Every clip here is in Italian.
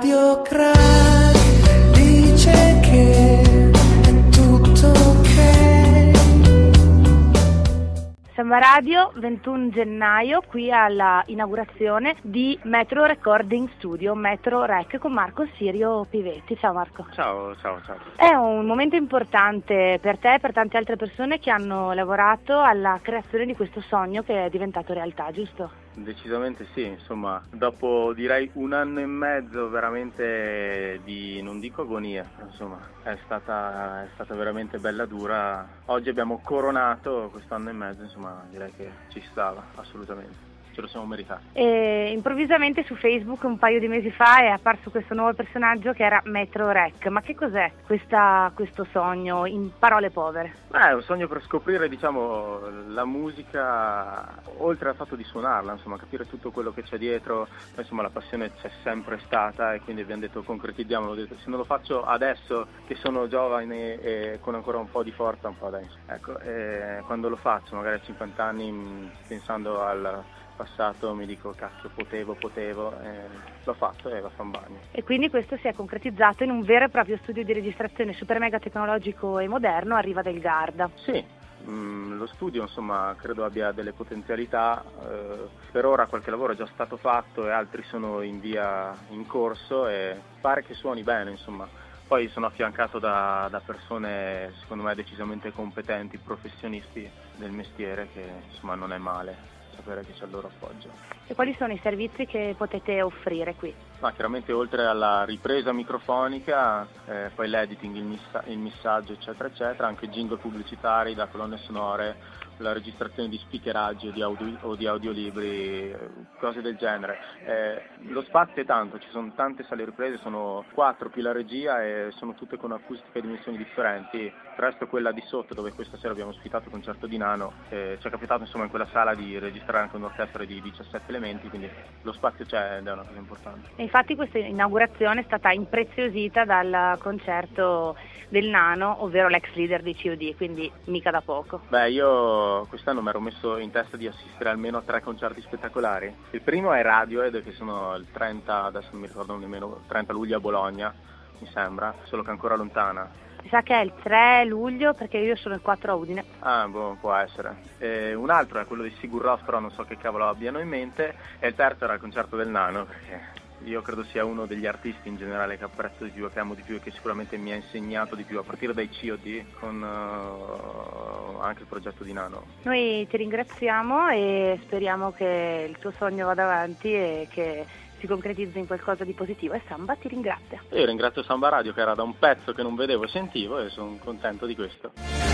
Radio Crack dice che è tutto ok. Samba Radio, 21 gennaio, qui alla inaugurazione di Metro Recording Studio, Metro Rec, con Marco Sirio Pivetti. Ciao Marco. Ciao. È un momento importante per te e per tante altre persone che hanno lavorato alla creazione di questo sogno che è diventato realtà, giusto? Decisamente sì, insomma, dopo direi 1 anno e mezzo veramente di, non dico agonia, insomma, è stata veramente bella dura. Oggi abbiamo coronato quest'anno e mezzo, insomma, direi che ci stava, assolutamente. Ce lo siamo meritati. E improvvisamente su Facebook un paio di mesi fa è apparso questo nuovo personaggio che era Metro Rec. Ma che cos'è questo sogno in parole povere? È un sogno per scoprire, diciamo, la musica, oltre al fatto di suonarla, insomma, capire tutto quello che c'è dietro. Insomma, la passione c'è sempre stata e quindi abbiamo detto concretizziamolo. Se non lo faccio adesso che sono giovane e con ancora un po' di forza, un po' adesso. Ecco, quando lo faccio, magari a 50 anni, pensando al passato, mi dico cacchio, potevo, l'ho fatto e va a fare un bagno. E quindi questo si è concretizzato in un vero e proprio studio di registrazione super mega tecnologico e moderno a Riva del Garda. Sì, lo studio insomma credo abbia delle potenzialità, per ora qualche lavoro è già stato fatto e altri sono in corso e pare che suoni bene, insomma. Poi sono affiancato da persone secondo me decisamente competenti, professionisti del mestiere, che insomma non è male sapere che c'è il loro appoggio. E quali sono i servizi che potete offrire qui? Chiaramente oltre alla ripresa microfonica, poi l'editing, il missaggio eccetera eccetera, anche jingle pubblicitari da colonne sonore, la registrazione di speakeraggi o di audiolibri, cose del genere. Lo spazio è tanto, ci sono tante sale riprese, sono 4 più la regia e sono tutte con acustica e dimensioni differenti. Il resto quella di sotto, dove questa sera abbiamo ospitato il concerto di Nano, ci è capitato insomma in quella sala di registrare anche un'orchestra di 17 elementi, quindi lo spazio c'è ed è una cosa importante. E infatti questa inaugurazione è stata impreziosita dal concerto del Nano, ovvero l'ex leader di COD, quindi mica da poco. Io quest'anno mi ero messo in testa di assistere almeno a 3 concerti spettacolari. Il primo è Radiohead, che sono il 30, adesso non mi ricordo nemmeno, 30 luglio a Bologna, mi sembra, solo che ancora lontana. Mi sa che è il 3 luglio perché io sono il 4 a Udine. Può essere. Un altro è quello di Sigur Rós, però non so che cavolo abbiano in mente, e il terzo era il concerto del Nano, perché io credo sia uno degli artisti in generale che apprezzo di più, che amo di più e che sicuramente mi ha insegnato di più, a partire dai COD con anche il progetto di Nano. Noi ti ringraziamo e speriamo che il tuo sogno vada avanti e che si concretizzi in qualcosa di positivo, e Samba ti ringrazia. Io ringrazio Samba Radio, che era da un pezzo che non vedevo e sentivo, e sono contento di questo.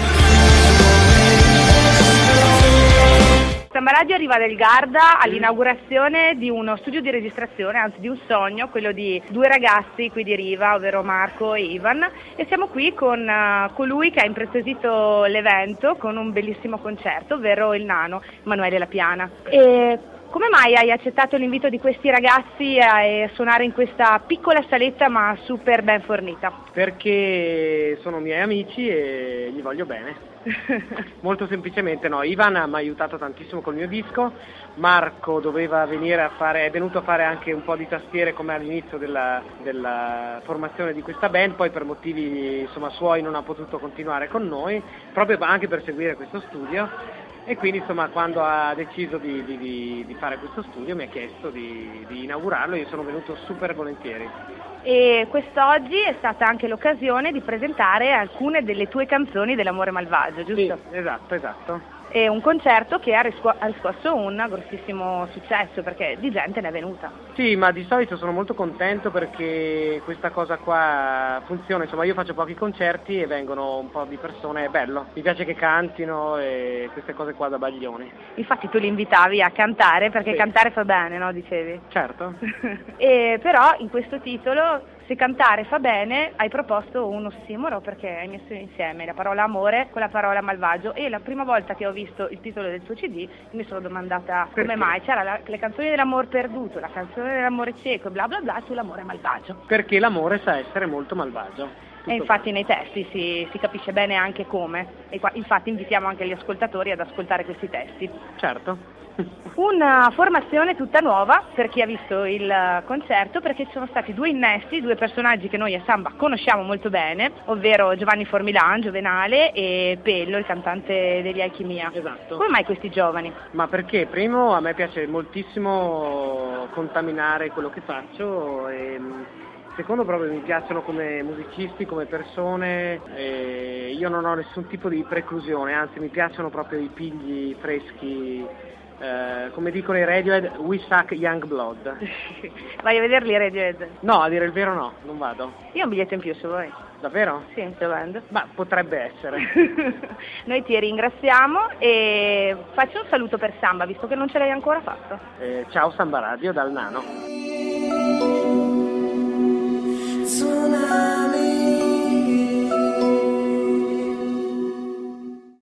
Samba Radio arriva del Garda all'inaugurazione di uno studio di registrazione, anzi di un sogno, quello di 2 ragazzi qui di Riva, ovvero Marco e Ivan, e siamo qui con colui che ha impreziosito l'evento con un bellissimo concerto, ovvero il Nano, Emanuele La Piana. E come mai hai accettato l'invito di questi ragazzi a suonare in questa piccola saletta ma super ben fornita? Perché sono miei amici e gli voglio bene. Molto semplicemente, no. Ivan mi ha aiutato tantissimo col mio disco, Marco doveva venire è venuto a fare anche un po' di tastiere come all'inizio della formazione di questa band, poi per motivi insomma suoi non ha potuto continuare con noi, proprio anche per seguire questo studio. E quindi insomma quando ha deciso di fare questo studio mi ha chiesto di inaugurarlo e io sono venuto super volentieri. E quest'oggi è stata anche l'occasione di presentare alcune delle tue canzoni dell'amore malvagio, giusto? Sì, esatto. È un concerto che ha riscosso un grossissimo successo perché di gente ne è venuta. Sì, ma di solito sono molto contento perché questa cosa qua funziona, insomma io faccio pochi concerti e vengono un po' di persone, è bello, mi piace che cantino e queste cose qua da baglioni. Infatti tu li invitavi a cantare perché sì. Cantare fa bene, no? Dicevi? Certo. E però in questo titolo, se cantare fa bene, hai proposto un ossimoro perché hai messo insieme la parola amore con la parola malvagio, e la prima volta che ho visto il titolo del tuo CD mi sono domandata come mai c'era le canzoni dell'amore perduto, la canzone dell'amore cieco e bla bla bla sull'amore malvagio. Perché l'amore sa essere molto malvagio. E infatti nei testi si capisce bene anche come, e infatti invitiamo anche gli ascoltatori ad ascoltare questi testi. Certo. Una formazione tutta nuova per chi ha visto il concerto, perché ci sono stati due innesti, due personaggi che noi a Samba conosciamo molto bene, ovvero Giovanni Formilan, Giovenale, e Pello, il cantante degli Alchimia. Esatto. Come mai questi giovani? Ma perché? Primo, a me piace moltissimo contaminare quello che faccio, e secondo, proprio mi piacciono come musicisti, come persone, e io non ho nessun tipo di preclusione, anzi mi piacciono proprio i pigli freschi, come dicono i Radiohead, we suck young blood. Vai a vederli Radiohead? No, a dire il vero no, non vado. Io ho un biglietto in più se vuoi. Davvero? Sì, te lo vendo. Ma potrebbe essere. Noi ti ringraziamo e faccio un saluto per Samba, visto che non ce l'hai ancora fatto. Ciao Samba Radio dal Nano.